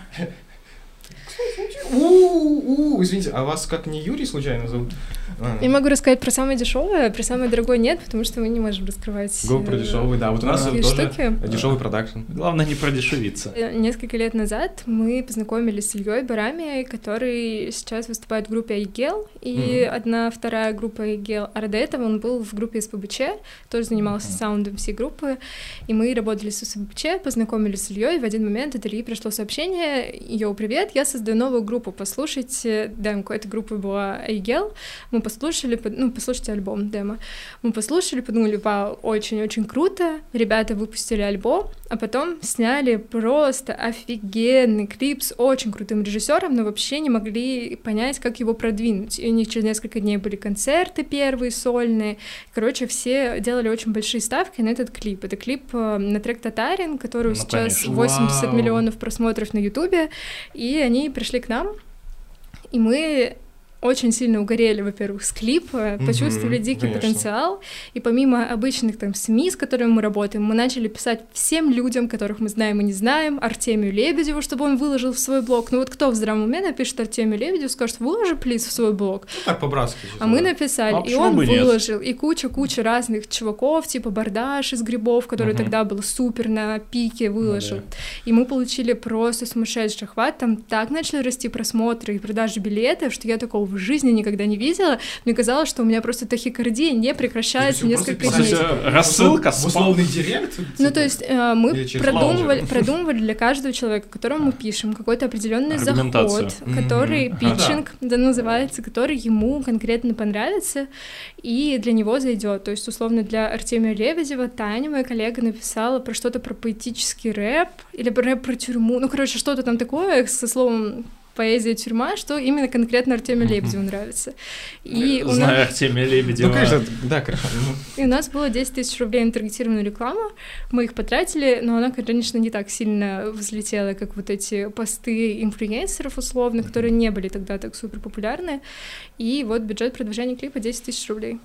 Speaker 1: У-у-у, извините, а вас как не Юрий случайно зовут?
Speaker 2: А. Я могу рассказать про самое дешевое, про самое дорогое нет, потому что мы не можем раскрывать.
Speaker 1: Го про дешевый, да. Вот у нас тоже
Speaker 2: штуки.
Speaker 1: Дешевый продакшн.
Speaker 3: Главное не продешевиться.
Speaker 2: Несколько лет назад мы познакомились с Ильей Барами, который сейчас выступает в группе Айгел, и mm-hmm. одна вторая группа Айгел. А до этого он был в группе СПБЧ, тоже занимался mm-hmm. саундом всей группы, и мы работали с СПБЧ, познакомились с Ильей, и в один момент от Ильи пришло сообщение: «Йоу, привет, я создаю новую группу, послушайте демку». Эта группа была Айгел. Мы послушали, ну, послушайте альбом, демо. Мы послушали, подумали, вау, очень-очень круто. Ребята выпустили альбом, а потом сняли просто офигенный клип с очень крутым режиссером, но вообще не могли понять, как его продвинуть. И у них через несколько дней были концерты первые, сольные. Короче, все делали очень большие ставки на этот клип. Это клип на трек «Татарин», который ну, сейчас конечно. восемьдесят Вау. Миллионов просмотров на Ютубе. И они пришли к нам, и мы очень сильно угорели, во-первых, с клипа, почувствовали mm-hmm, дикий конечно. потенциал, и помимо обычных там СМИ, с которыми мы работаем, мы начали писать всем людям, которых мы знаем и не знаем, Артемию Лебедеву, чтобы он выложил в свой блог. Ну вот кто в здравом уме напишет Артемию Лебедеву, скажет, выложи, плиз, в свой блог.
Speaker 1: Ну, так по-братски.
Speaker 2: А мы написали, а и он выложил, нет? И куча-куча разных чуваков, типа Бардаш из Грибов, который uh-huh. тогда был супер на пике, выложил. Ну, да. И мы получили просто сумасшедший охват, там так начали расти просмотры и продажи билетов, что я такого в жизни никогда не видела. Мне казалось, что у меня просто тахикардия не прекращается несколько дней.
Speaker 3: Рассылка,
Speaker 1: условный директ?
Speaker 2: Ну, то есть мы продумывали, продумывали для каждого человека, которому мы пишем, какой-то определенный заход, который питчинг, да, называется, который ему конкретно понравится и для него зайдет. То есть, условно, для Артемия Лебедева Таня, моя коллега, написала про что-то про поэтический рэп или рэп про тюрьму. Ну, короче, что-то там такое со словом поэзия тюрьма, что именно конкретно Артемию Лебедеву нравится. И
Speaker 3: Знаю нас... Артемия Лебедева.
Speaker 1: Ну, конечно, да, хорошо.
Speaker 2: И у нас было десять тысяч рублей на таргетированную рекламу, мы их потратили, но она, конечно, не так сильно взлетела, как вот эти посты инфлюенсеров, условно, которые не были тогда так супер популярны. И вот бюджет продвижения клипа десять тысяч рублей.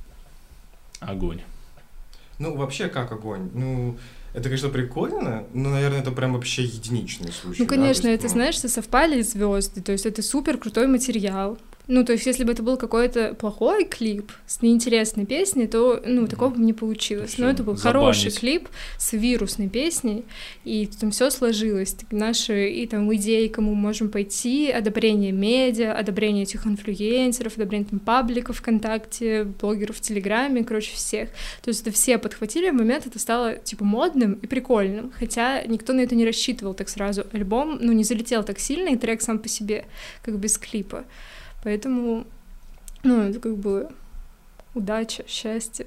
Speaker 3: Огонь.
Speaker 1: Ну, вообще, как огонь? Ну... Это, конечно, прикольно, но, наверное, это прям вообще единичный случай.
Speaker 2: Ну, конечно,
Speaker 1: да?
Speaker 2: это, ну... знаешь, что совпали звезды, то есть это супер крутой материал. Ну, то есть, если бы это был какой-то плохой клип с неинтересной песней, то, ну, такого бы не получилось. Но это был забанить. Хороший клип с вирусной песней, и там все сложилось. Наши и там идеи, кому мы можем пойти, одобрение медиа, одобрение этих инфлюенсеров, одобрение там пабликов ВКонтакте, блогеров в Телеграме, короче, всех. То есть это все подхватили, в момент это стало, типа, модным и прикольным, хотя никто на это не рассчитывал так сразу. Альбом, ну, не залетел так сильно, и трек сам по себе, как без клипа. Поэтому, ну, это как бы удача, счастье.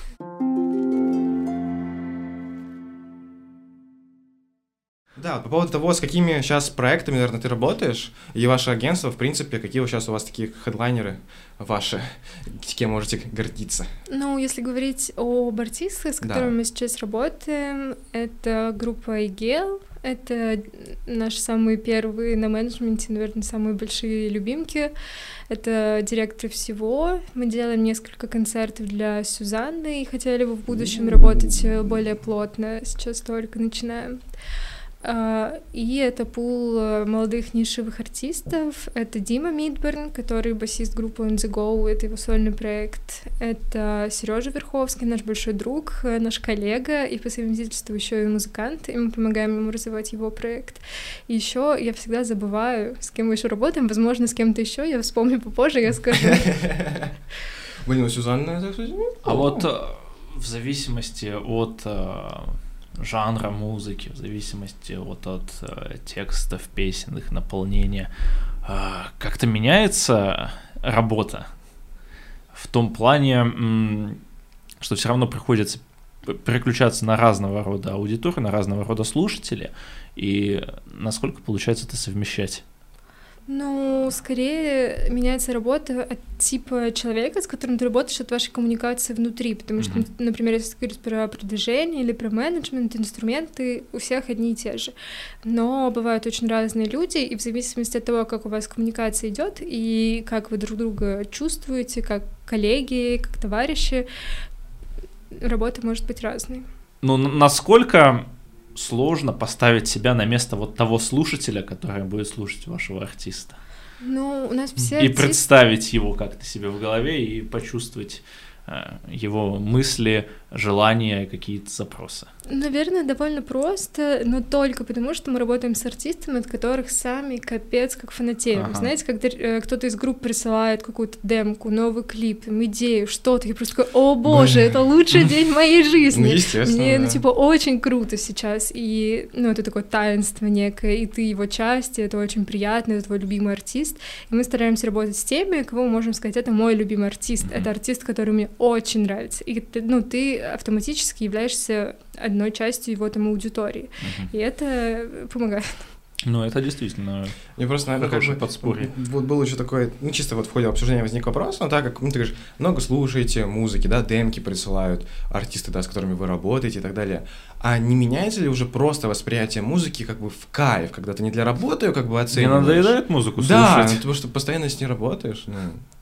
Speaker 1: Да, по поводу того, с какими сейчас проектами, наверное, ты работаешь, и ваше агентство, в принципе, какие сейчас у вас такие хедлайнеры ваши, с кем можете гордиться?
Speaker 2: Ну, если говорить об артистах, с которыми да. мы сейчас работаем, это группа Айгел, это наши самые первые на менеджменте, наверное, самые большие любимки. Это директор всего. Мы делаем несколько концертов для Сюзанны и хотели бы в будущем работать более плотно. Сейчас только начинаем. И это пул молодых нишевых артистов. Это Дима Мидберн, который басист группы On The Go, это его сольный проект. Это Сережа Верховский, наш большой друг, наш коллега, и по совместительству еще и музыкант, и мы помогаем ему развивать его проект. И еще я всегда забываю, с кем мы еще работаем, возможно, с кем-то еще, я вспомню попозже, я скажу.
Speaker 1: Блин, ну Сюзанна, это...
Speaker 3: А вот в зависимости от... жанра музыки, в зависимости вот от э, текстов, песен, их наполнения, э, как-то меняется работа в том плане, м- что все равно приходится переключаться на разного рода аудиторию, на разного рода слушателей, и насколько получается это совмещать?
Speaker 2: Ну, скорее меняется работа от типа человека, с которым ты работаешь, от вашей коммуникации внутри, потому что, mm-hmm. например, если говорить про продвижение или про менеджмент, инструменты у всех одни и те же, но бывают очень разные люди, и в зависимости от того, как у вас коммуникация идет и как вы друг друга чувствуете, как коллеги, как товарищи, работа может быть разной.
Speaker 3: Ну, насколько... сложно поставить себя на место вот того слушателя, который будет слушать вашего артиста.
Speaker 2: Ну, у нас все
Speaker 3: И
Speaker 2: артисты...
Speaker 3: представить его как-то себе в голове и почувствовать э, его мысли, желания, какие-то запросы.
Speaker 2: Наверное, довольно просто, но только потому, что мы работаем с артистами, от которых сами капец как фанатеем. Ага. Знаете, когда э, кто-то из групп присылает какую-то демку, новый клип, там, идею, что-то, я просто такой, о боже, это лучший день моей жизни.
Speaker 1: Ну, естественно,
Speaker 2: Мне,
Speaker 1: да.
Speaker 2: ну, типа, очень круто сейчас, и, ну, это такое таинство некое, и ты его часть, и это очень приятно, это твой любимый артист, и мы стараемся работать с теми, кого мы можем сказать, это мой любимый артист, mm-hmm. это артист, который мне очень нравится, и, ну, ты автоматически являешься одной частью его там аудитории, uh-huh. и это помогает.
Speaker 3: Ну, это действительно
Speaker 1: Мне просто, наверное,
Speaker 3: хорошее
Speaker 1: как бы,
Speaker 3: подспорье.
Speaker 1: Вот был еще такой, ну, чисто вот в ходе обсуждения возник вопрос, ну, так как, ну, ты говоришь, много слушаете музыки, да, демки присылают артисты, да, с которыми вы работаете и так далее. А не меняется ли уже просто восприятие музыки как бы в кайф, когда ты не для работы ее как бы оцениваешь?
Speaker 3: Не надоедает музыку
Speaker 1: да,
Speaker 3: слушать?
Speaker 1: Да, потому что постоянно с ней работаешь, ну...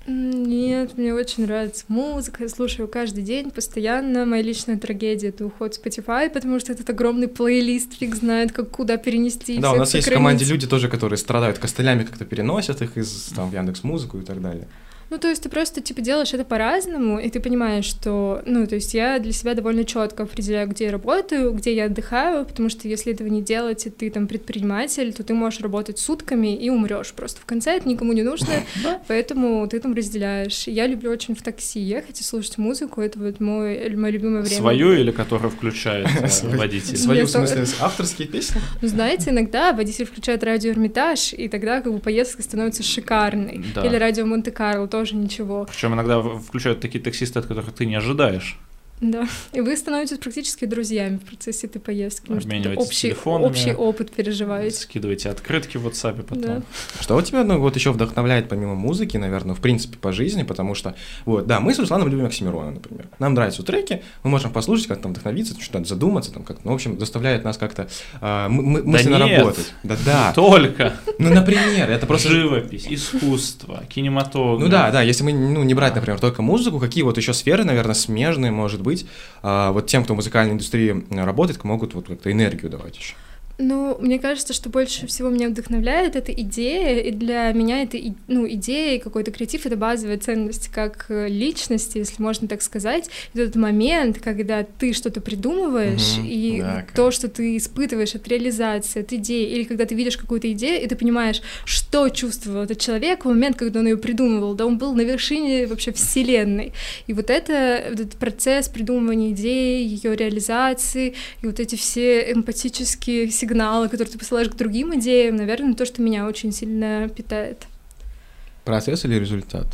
Speaker 2: Нет, мне очень нравится музыка, я слушаю каждый день, постоянно. Моя личная трагедия — это уход в Spotify, потому что этот огромный плейлист, фиг знает, как куда перенести.
Speaker 1: Да, у нас
Speaker 2: сохранить.
Speaker 1: есть в команде люди тоже, которые страдают костылями, как-то переносят их из там в Яндекс.Музыку и так далее.
Speaker 2: Ну, то есть ты просто, типа, делаешь это по-разному, и ты понимаешь, что, ну, то есть я для себя довольно четко определяю, где я работаю, где я отдыхаю, потому что если этого не делать, и ты там предприниматель, то ты можешь работать сутками и умрешь просто. В конце это никому не нужно, поэтому ты там разделяешь. Я люблю очень в такси ехать и слушать музыку, это вот мой, мое любимое время.
Speaker 3: Свою или которую включает водитель?
Speaker 1: Свою, в смысле, авторские песни?
Speaker 2: Ну, знаете, иногда водитель включает радио Эрмитаж, и тогда как бы поездка становится шикарной. Или радио Монте-Карло, тоже ничего.
Speaker 3: Причем иногда включают такие таксисты, от которых ты не ожидаешь.
Speaker 2: Да, и вы становитесь практически друзьями в процессе этой поездки.
Speaker 3: Обмениваетесь
Speaker 2: общий,
Speaker 3: телефонами.
Speaker 2: Общий опыт переживаете.
Speaker 3: Скидываете открытки в WhatsApp потом.
Speaker 2: Да.
Speaker 1: Что вот тебя, ну, вот еще вдохновляет помимо музыки, наверное, в принципе, по жизни, потому что, вот, да, мы с Русланом любим Оксимирона, например. Нам нравятся треки, мы можем послушать, как там вдохновиться, что-то задуматься, там, как, ну, в общем, заставляет нас как-то э, мы,
Speaker 3: да
Speaker 1: мысленно
Speaker 3: нет,
Speaker 1: работать. Да, да.
Speaker 3: Только.
Speaker 1: Ну, например, это просто...
Speaker 3: Живопись, искусство, кинематограф.
Speaker 1: Ну да, да, если мы, ну, не брать, например, только музыку, какие вот еще сферы, наверное, смежные, может быть, э, вот тем, кто в музыкальной индустрии работает, могут вот как-то энергию давать еще.
Speaker 2: Ну, мне кажется, что больше всего меня вдохновляет эта идея, и для меня это, ну, идея и какой-то креатив — это базовая ценность как личности, если можно так сказать. И этот момент, когда ты что-то придумываешь, угу, и да, то, что ты испытываешь от реализации, от идеи, или когда ты видишь какую-то идею, и ты понимаешь, что чувствовал этот человек в момент, когда он ее придумывал, да, он был на вершине вообще вселенной. И вот это, этот процесс придумывания идеи, ее реализации, и вот эти все эмпатические сигналы, которые ты посылаешь к другим идеям, наверное, то, что меня очень сильно питает.
Speaker 1: Процесс или результат?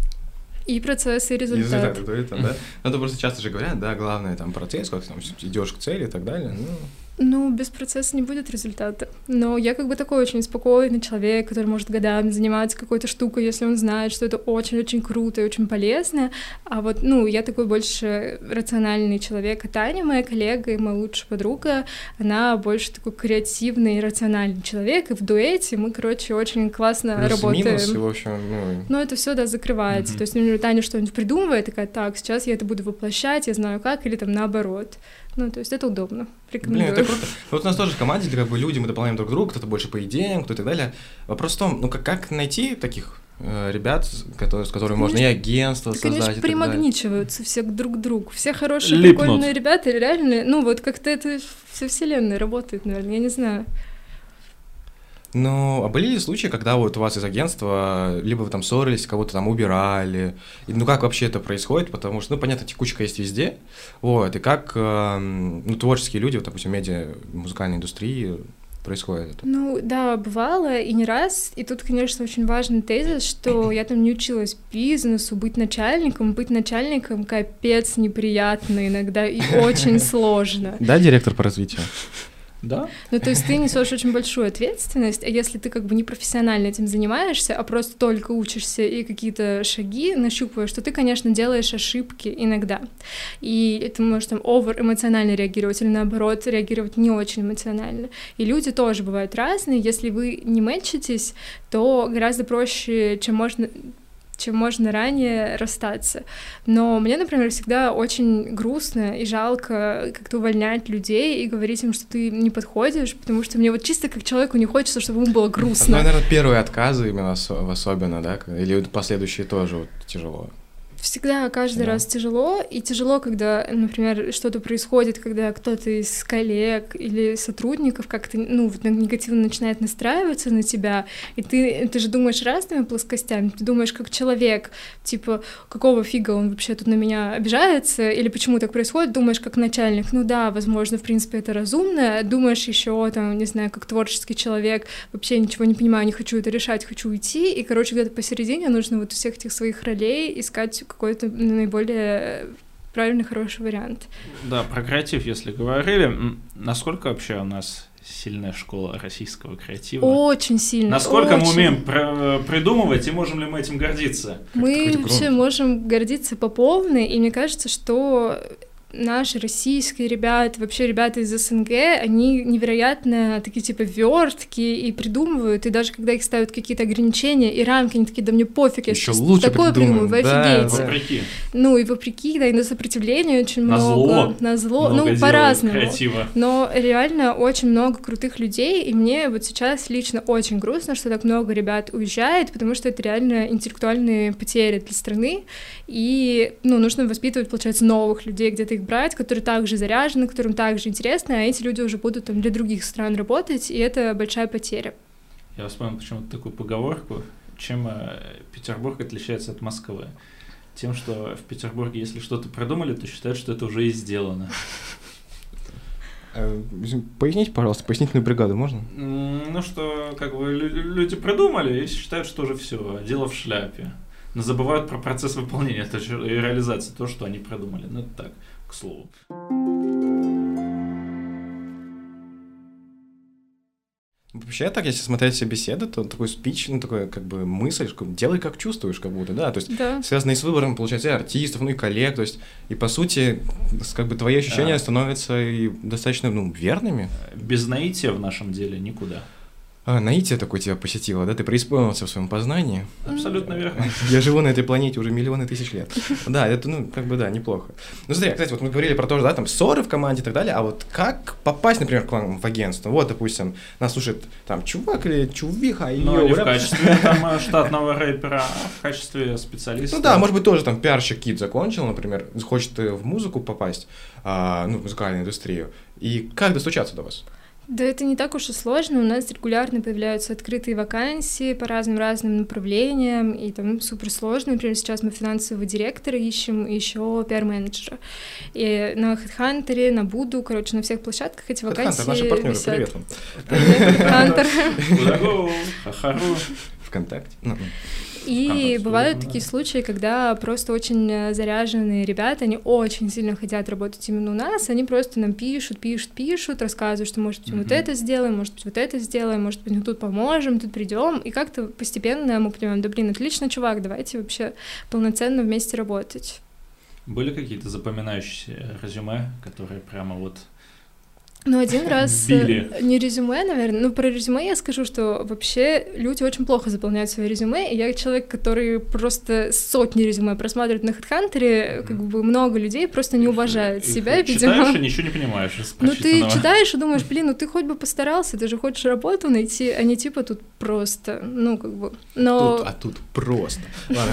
Speaker 2: И процесс, и результат.
Speaker 1: И результат, это, это, да? Ну, это просто часто же говорят, да, главное там процесс, как ты там идешь к цели и так далее, ну...
Speaker 2: Ну, без процесса не будет результата. Но я как бы такой очень спокойный человек, который может годами заниматься какой-то штукой, если он знает, что это очень-очень круто и очень полезно. А вот, ну, я такой больше рациональный человек. А Таня, моя коллега и моя лучшая подруга, она больше такой креативный и рациональный человек. И в дуэте мы, короче, очень классно
Speaker 1: плюс,
Speaker 2: работаем.
Speaker 1: Минус, и, в общем, ну...
Speaker 2: Но это все, да, закрывается. Mm-hmm. То есть, например, Таня что-нибудь придумывает, такая, так, сейчас я это буду воплощать, я знаю как, или там наоборот. Ну, то есть это удобно. Рекомендую.
Speaker 1: Блин, это круто. Вот у нас тоже в команде, как бы люди, мы дополняем друг друга, кто-то больше по идеям, кто-то и так далее. Вопрос в том, ну, как, как найти таких э, ребят, которые, с которыми можно и агентство создать,
Speaker 2: конечно,
Speaker 1: и так далее.
Speaker 2: примагничиваются все друг к другу. Все хорошие,
Speaker 3: Липнут.
Speaker 2: прикольные ребята, реально, ну, вот как-то это все вселенная работает, наверное, я не знаю.
Speaker 1: Ну, а были ли случаи, когда вот у вас из агентства, либо вы там ссорились, кого-то там убирали, и, ну, как вообще это происходит, потому что, ну, понятно, текучка есть везде, вот, и как, э, ну, творческие люди, вот, допустим, медиа, музыкальной индустрии, происходит это?
Speaker 2: Ну, да, бывало, и не раз, и тут, конечно, очень важный тезис, что я там не училась бизнесу, быть начальником, быть начальником капец неприятно иногда и очень сложно.
Speaker 1: Да, директор по развитию?
Speaker 3: Да.
Speaker 2: Ну, то есть ты несешь очень большую ответственность, а если ты как бы не профессионально этим занимаешься, а просто только учишься и какие-то шаги нащупываешь, то ты, конечно, делаешь ошибки иногда. И ты можешь там овер-эмоционально реагировать или, наоборот, реагировать не очень эмоционально. И люди тоже бывают разные. Если вы не мэтчитесь, то гораздо проще, чем можно... чем можно ранее расстаться. Но мне, например, всегда очень грустно и жалко как-то увольнять людей и говорить им, что ты не подходишь, потому что мне вот чисто как человеку не хочется, чтобы ему было грустно.
Speaker 1: Ну, наверное, первые отказы именно особенно, да? Или последующие тоже вот тяжело?
Speaker 2: Всегда, каждый
Speaker 1: да.
Speaker 2: раз тяжело, и тяжело, когда, например, что-то происходит, когда кто-то из коллег или сотрудников как-то, ну, негативно начинает настраиваться на тебя, и ты, ты же думаешь разными плоскостями, ты думаешь как человек, типа, какого фига он вообще тут на меня обижается, или почему так происходит, думаешь как начальник, ну да, возможно, в принципе, это разумно, думаешь еще, там, не знаю, как творческий человек, вообще ничего не понимаю, не хочу это решать, хочу уйти, и, короче, где-то посередине нужно вот у всех этих своих ролей искать какой-то наиболее правильный, хороший вариант.
Speaker 3: Да, про креатив, если говорили, насколько вообще у нас сильная школа российского креатива.
Speaker 2: Очень сильно.
Speaker 3: Насколько
Speaker 2: очень.
Speaker 3: мы умеем пр- придумывать и можем ли мы этим гордиться?
Speaker 2: Мы вообще можем гордиться по полной, и мне кажется, что наши российские ребята, вообще ребята из СНГ, они невероятно такие типа верткие и придумывают, и даже когда их ставят какие-то ограничения и рамки, они такие, да мне пофиг, я
Speaker 1: еще лучше
Speaker 2: такое придумаю, вы
Speaker 1: да,
Speaker 2: офигеете.
Speaker 3: Да. Вопреки.
Speaker 2: Ну и вопреки, да, и на сопротивление очень
Speaker 3: на
Speaker 2: много.
Speaker 3: Зло.
Speaker 2: На зло.
Speaker 3: Много
Speaker 2: Ну, по-разному.
Speaker 3: Креатива.
Speaker 2: Но реально очень много крутых людей, и мне вот сейчас лично очень грустно, что так много ребят уезжает, потому что это реально интеллектуальные потери для страны, и, ну, нужно воспитывать, получается, новых людей, где-то их брать, которые также заряжены, которым также интересно, а эти люди уже будут там для других стран работать, и это большая потеря.
Speaker 3: Я вспомнил почему-то такую поговорку, чем э, Петербург отличается от Москвы. Тем, что в Петербурге, если что-то придумали, то считают, что это уже и сделано.
Speaker 1: Поясните, пожалуйста, пояснительную бригаду можно?
Speaker 3: Ну, что как бы люди придумали и считают, что уже все, дело в шляпе. Но забывают про процесс выполнения и реализации, то, что они придумали. Ну, это так, к слову.
Speaker 1: Вообще, так, если смотреть все беседы, то такой спич, ну, такой, как бы, мысль, что делай, как чувствуешь, как будто, да, то есть,
Speaker 2: да.
Speaker 1: связано и с выбором, получается, и артистов, ну, и коллег, то есть, и, по сути, как бы, твои ощущения а. становятся и достаточно, ну, верными.
Speaker 3: Без наития в нашем деле никуда.
Speaker 1: А, наитие такое тебя посетило, да? Ты преисполнился в своем познании.
Speaker 3: Абсолютно верно.
Speaker 1: Я живу на этой планете уже миллионы тысяч лет. Да, это, ну, как бы, да, неплохо. Ну, смотри, кстати, вот мы говорили про то, что, да, там, ссоры в команде и так далее, а вот как попасть, например, к вам в агентство? Вот, допустим, нас слушает, там, чувак или чувиха, и
Speaker 3: ну, не в качестве, там, штатного рэпера, а в качестве специалиста.
Speaker 1: Ну, да, может быть, тоже, там, пиарщик кит закончил, например, хочет в музыку попасть, а, ну, в музыкальную индустрию, и как достучаться до вас?
Speaker 2: Да это не так уж и сложно, у нас регулярно появляются открытые вакансии по разным-разным направлениям, и там суперсложно, например, сейчас мы финансового директора ищем, и еще пиар-менеджера. И на HeadHunter, на Буду, короче, на всех площадках эти вакансии
Speaker 1: HeadHunter, наши партнеры,
Speaker 2: висят.
Speaker 1: привет вам.
Speaker 2: Привет, HeadHunter.
Speaker 3: Куда-го, ха-хару.
Speaker 1: ВКонтакте.
Speaker 2: И бывают такие случаи, когда просто очень заряженные ребята, они очень сильно хотят работать именно у нас, они просто нам пишут, пишут, пишут, рассказывают, что, может быть, мы mm-hmm. вот это сделаем, может быть, вот это сделаем, может быть, мы тут поможем, тут придем, и как-то постепенно мы понимаем, да блин, отлично, чувак, давайте вообще полноценно вместе работать.
Speaker 3: Были какие-то запоминающиеся резюме, которые прямо вот...
Speaker 2: Ну, один раз,
Speaker 3: Били.
Speaker 2: не резюме, наверное, ну, про резюме я скажу, что вообще люди очень плохо заполняют свои резюме, и я человек, который просто сотни резюме просматривает на HeadHunter, mm-hmm. как бы много людей просто не уважают
Speaker 3: и,
Speaker 2: себя,
Speaker 3: и
Speaker 2: видимо.
Speaker 3: Читаешь и ничего не понимаешь из
Speaker 2: Ну, ты читаешь и думаешь, блин, ну ты хоть бы постарался, ты же хочешь работу найти, а не типа тут просто, ну, как бы, но...
Speaker 1: Тут, а тут просто.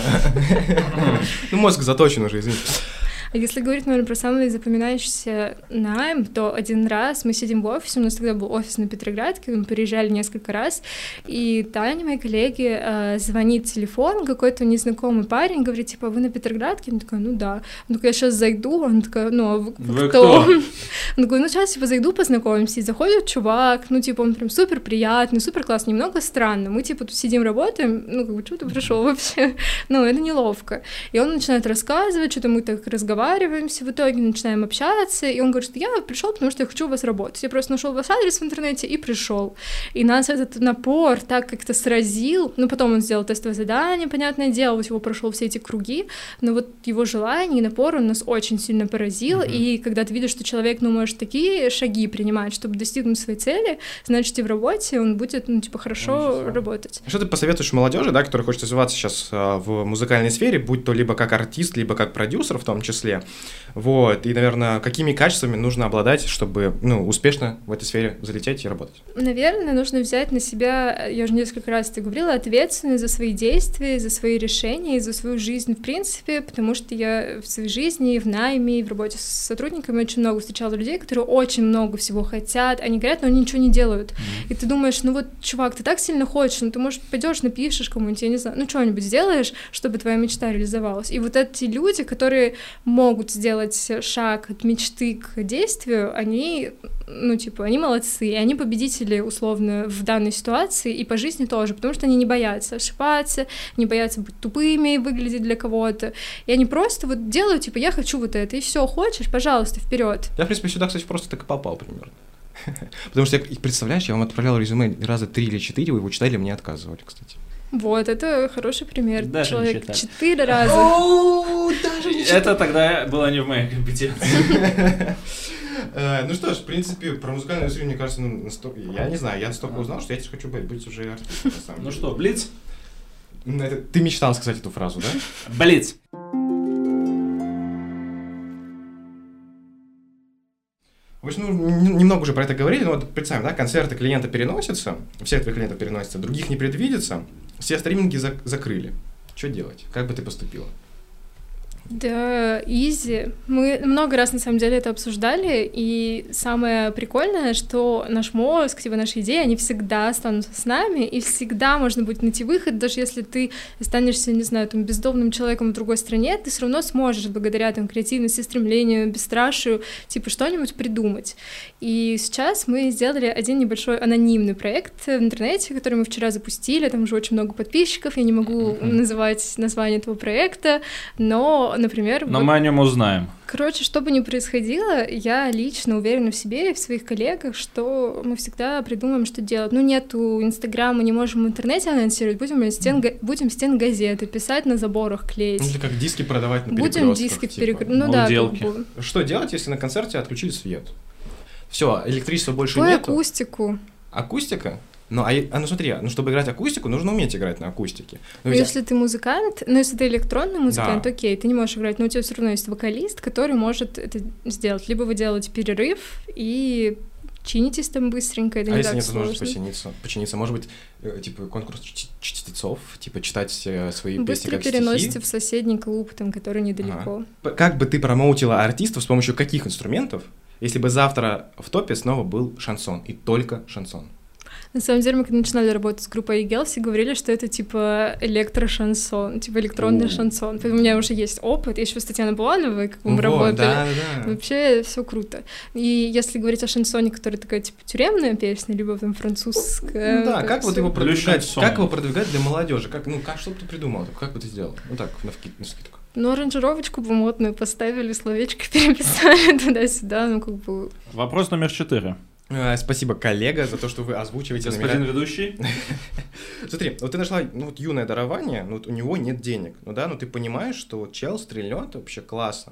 Speaker 1: Ну, мозг заточен уже, извините.
Speaker 2: А если говорить, наверное, про самый запоминающийся найм, то один раз мы сидим в офисе, у нас тогда был офис на Петроградке, мы переезжали несколько раз, и Таня, мои коллеги, э, звонит телефон, какой-то незнакомый парень, говорит, типа, вы на Петроградке? Она такая, ну да. Он такой, я сейчас зайду, он такой, ну, а вы,
Speaker 3: вы
Speaker 2: кто?
Speaker 3: кто?
Speaker 2: Он такой, ну сейчас, типа, зайду, познакомимся, и заходит чувак, ну, типа, он прям супер приятный, супер классный, немного странно, мы, типа, тут сидим, работаем, ну, как бы, что ты пришел вообще? Ну, это неловко. И он начинает рассказывать, что-то мы так разговариваем, Разговариваемся, в итоге начинаем общаться, и он говорит, что я пришел, потому что я хочу у вас работать. Я просто нашел ваш адрес в интернете и пришел. И нас этот напор так как-то сразил. Ну, потом он сделал тестовое задание, понятное дело, вот его прошел все эти круги, но вот его желание и напор, он нас очень сильно поразил, mm-hmm. и когда ты видишь, что человек, ну, может такие шаги принимать, чтобы достигнуть своей цели, значит, и в работе он будет, ну, типа, хорошо mm-hmm. работать.
Speaker 1: Что ты посоветуешь молодежи, да, которая хочет развиваться сейчас а, в музыкальной сфере, будь то либо как артист, либо как продюсер в том числе? Вот, и, наверное, какими качествами нужно обладать, чтобы, ну, успешно в этой сфере залететь и работать?
Speaker 2: Наверное, нужно взять на себя, я уже несколько раз это говорила, ответственность за свои действия, за свои решения и за свою жизнь в принципе, потому что я в своей жизни, в найме, в работе с сотрудниками очень много встречала людей, которые очень много всего хотят, они говорят, но они ничего не делают. Mm-hmm. И ты думаешь, ну вот, чувак, ты так сильно хочешь, ну ты, может, пойдешь, напишешь кому-нибудь, я не знаю, ну что-нибудь сделаешь, чтобы твоя мечта реализовалась. И вот эти люди, которые могут сделать шаг от мечты к действию, они, ну, типа, они молодцы, и они победители, условно, в данной ситуации, и по жизни тоже, потому что они не боятся ошибаться, не боятся быть тупыми и выглядеть для кого-то, и они просто вот делают, типа, я хочу вот это, и все, хочешь, пожалуйста, вперед.
Speaker 1: Я, в принципе, сюда, кстати, просто так и попал примерно. Потому что, представляешь, я вам отправлял резюме раза три или четыре, вы его читали, мне отказывали, кстати.
Speaker 2: Вот, это хороший пример.
Speaker 3: Даже
Speaker 2: Человек четыре раза.
Speaker 1: О, даже не читали.
Speaker 3: Это тогда было не в моей компетенции.
Speaker 1: Ну что ж, в принципе, про музыкальную индустрию, мне кажется, ну, настолько... Я не знаю, я настолько узнал, что я теперь хочу быть уже артистом, на самом деле.
Speaker 3: Ну что, блиц?
Speaker 1: Ты мечтал сказать эту фразу, да?
Speaker 3: Блиц.
Speaker 1: В общем, ну, немного уже про это говорили, но вот представим, да, концерты клиента переносятся, всех твоих клиентов переносятся, других не предвидится, все стриминги зак- закрыли. Что делать? Как бы ты поступила?
Speaker 2: Да, изи. Мы много раз, на самом деле, это обсуждали, и самое прикольное, что наш мозг, типа наши идеи, они всегда останутся с нами, и всегда можно будет найти выход, даже если ты останешься, не знаю, там, бездомным человеком в другой стране, ты все равно сможешь, благодаря там креативности, стремлению, бесстрашию, типа, что-нибудь придумать. И сейчас мы сделали один небольшой анонимный проект в интернете, который мы вчера запустили, там уже очень много подписчиков, я не могу mm-hmm. называть название этого проекта, но например...
Speaker 3: Но
Speaker 2: вот,
Speaker 3: мы о нем узнаем.
Speaker 2: Короче, что бы ни происходило, я лично уверена в себе и в своих коллегах, что мы всегда придумаем, что делать. Ну, нету Инстаграма, не можем в интернете анонсировать, будем стен, будем стен газеты писать, на заборах клеить.
Speaker 1: Ну, или как диски продавать на перекрёстках.
Speaker 2: Будем диски
Speaker 1: типа.
Speaker 2: перекрыть. Ну да, как бы.
Speaker 1: Что делать, если на концерте отключили свет? Все, электричества больше
Speaker 2: Ой,
Speaker 1: нету.
Speaker 2: акустику.
Speaker 1: Акустика? Ну, а, а ну смотри, ну, чтобы играть акустику, нужно уметь играть на акустике.
Speaker 2: Ну,
Speaker 1: ведь...
Speaker 2: если ты музыкант, ну, если ты электронный музыкант,
Speaker 1: да.
Speaker 2: окей, ты не можешь играть, но у тебя все равно есть вокалист, который может это сделать. Либо вы делаете перерыв и чинитесь там быстренько, это
Speaker 1: а
Speaker 2: не
Speaker 1: если
Speaker 2: так
Speaker 1: нет
Speaker 2: сложно.
Speaker 1: возможности починиться, починиться, может быть, типа конкурс чтецов, типа читать свои
Speaker 2: Быстро
Speaker 1: песни как
Speaker 2: переносите
Speaker 1: стихи?
Speaker 2: В соседний клуб, там, который недалеко.
Speaker 1: Ага. Как бы ты промоутила артистов с помощью каких инструментов, если бы завтра в топе снова был шансон, и только шансон?
Speaker 2: На самом деле, мы когда начинали работать с группой Гелси, говорили, что это типа электрошансон, типа электронный
Speaker 1: У.
Speaker 2: шансон. Поэтому у меня уже есть опыт, еще с Татьяной Булановой, как мы
Speaker 1: вот,
Speaker 2: работали.
Speaker 1: Да, да.
Speaker 2: Вообще все круто. И если говорить о шансоне, который такая типа тюремная песня, либо там французская.
Speaker 1: Ну, да, как вот его продвигать? Как его продвигать для молодежи? Как, ну, как, что бы ты придумал? Как бы ты сделал? Ну так, на скидку.
Speaker 2: Ну, аранжировочку бы модную поставили, словечко переписали туда-сюда, ну, как бы...
Speaker 3: Вопрос номер четыре.
Speaker 1: Спасибо, коллега, за то, что вы озвучиваете.
Speaker 3: Господин ведущий.
Speaker 1: Смотри, вот ты нашла, ну, вот юное дарование, ну, вот у него нет денег, ну, да, но ты понимаешь, что вот чел стрельнет вообще классно.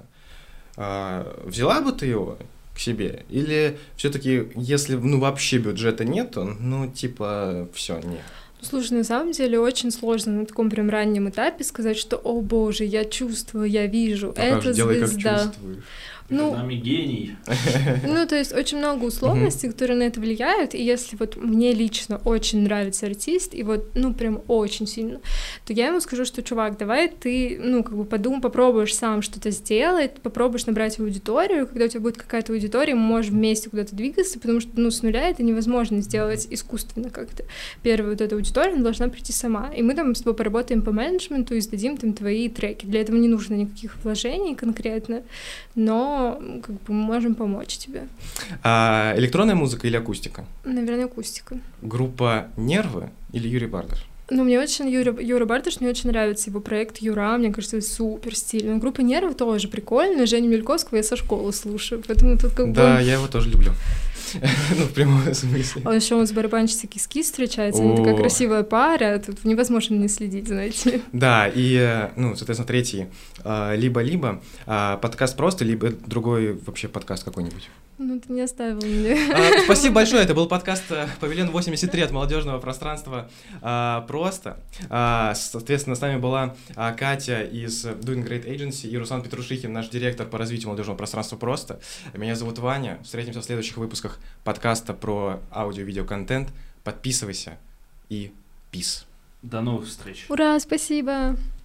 Speaker 1: А, взяла бы ты его к себе? Или все-таки, если, ну, вообще бюджета нету, ну, типа, все, нет.
Speaker 2: Слушай, на самом деле очень сложно на таком прям раннем этапе сказать, что, о боже, я чувствую, я вижу,
Speaker 1: ну,
Speaker 2: это
Speaker 1: делай,
Speaker 2: звезда.
Speaker 1: Как чувствуешь.
Speaker 2: Ну,
Speaker 3: нами гений.
Speaker 2: Ну, то есть очень много условностей, которые на это влияют, и если вот мне лично очень нравится артист, и вот, ну, прям очень сильно, то я ему скажу, что, чувак, давай ты, ну, как бы подумай, попробуешь сам что-то сделать, попробуешь набрать аудиторию, когда у тебя будет какая-то аудитория, мы можем вместе куда-то двигаться, потому что, ну, с нуля это невозможно сделать искусственно как-то. Первая вот эта аудитория, она должна прийти сама, и мы там с тобой поработаем по менеджменту и сдадим там твои треки. Для этого не нужно никаких вложений конкретно, но как бы мы можем помочь тебе.
Speaker 1: А, электронная музыка или акустика?
Speaker 2: Наверное, акустика.
Speaker 1: Группа «Нервы» или Юрий Бардаш?
Speaker 2: Ну, мне очень Юра, Юра Бардаш, мне очень нравится его проект Юра, мне кажется, супер стильный. Группа «Нервы» тоже прикольная, Женю Мельковского я со школы слушаю, поэтому тут как бы...
Speaker 1: Да, я его тоже люблю. Ну, в прямом смысле.
Speaker 2: А еще он с барабанщицей Кис-Кис встречается, они такая красивая пара, тут невозможно не следить, знаете.
Speaker 1: Да, и, ну, соответственно, третий, либо-либо, подкаст просто, либо другой вообще подкаст какой-нибудь.
Speaker 2: Ну, ты не оставил меня.
Speaker 1: А, спасибо большое, это был подкаст «Павильон восемьдесят три» от молодежного пространства а, «Просто». А, соответственно, с нами была а, Катя из Doing Great Agency и Руслан Петрушихин, наш директор по развитию молодежного пространства «Просто». Меня зовут Ваня, встретимся в следующих выпусках подкаста про аудио-видеоконтент. Подписывайся и peace.
Speaker 3: До новых встреч.
Speaker 2: Ура, спасибо.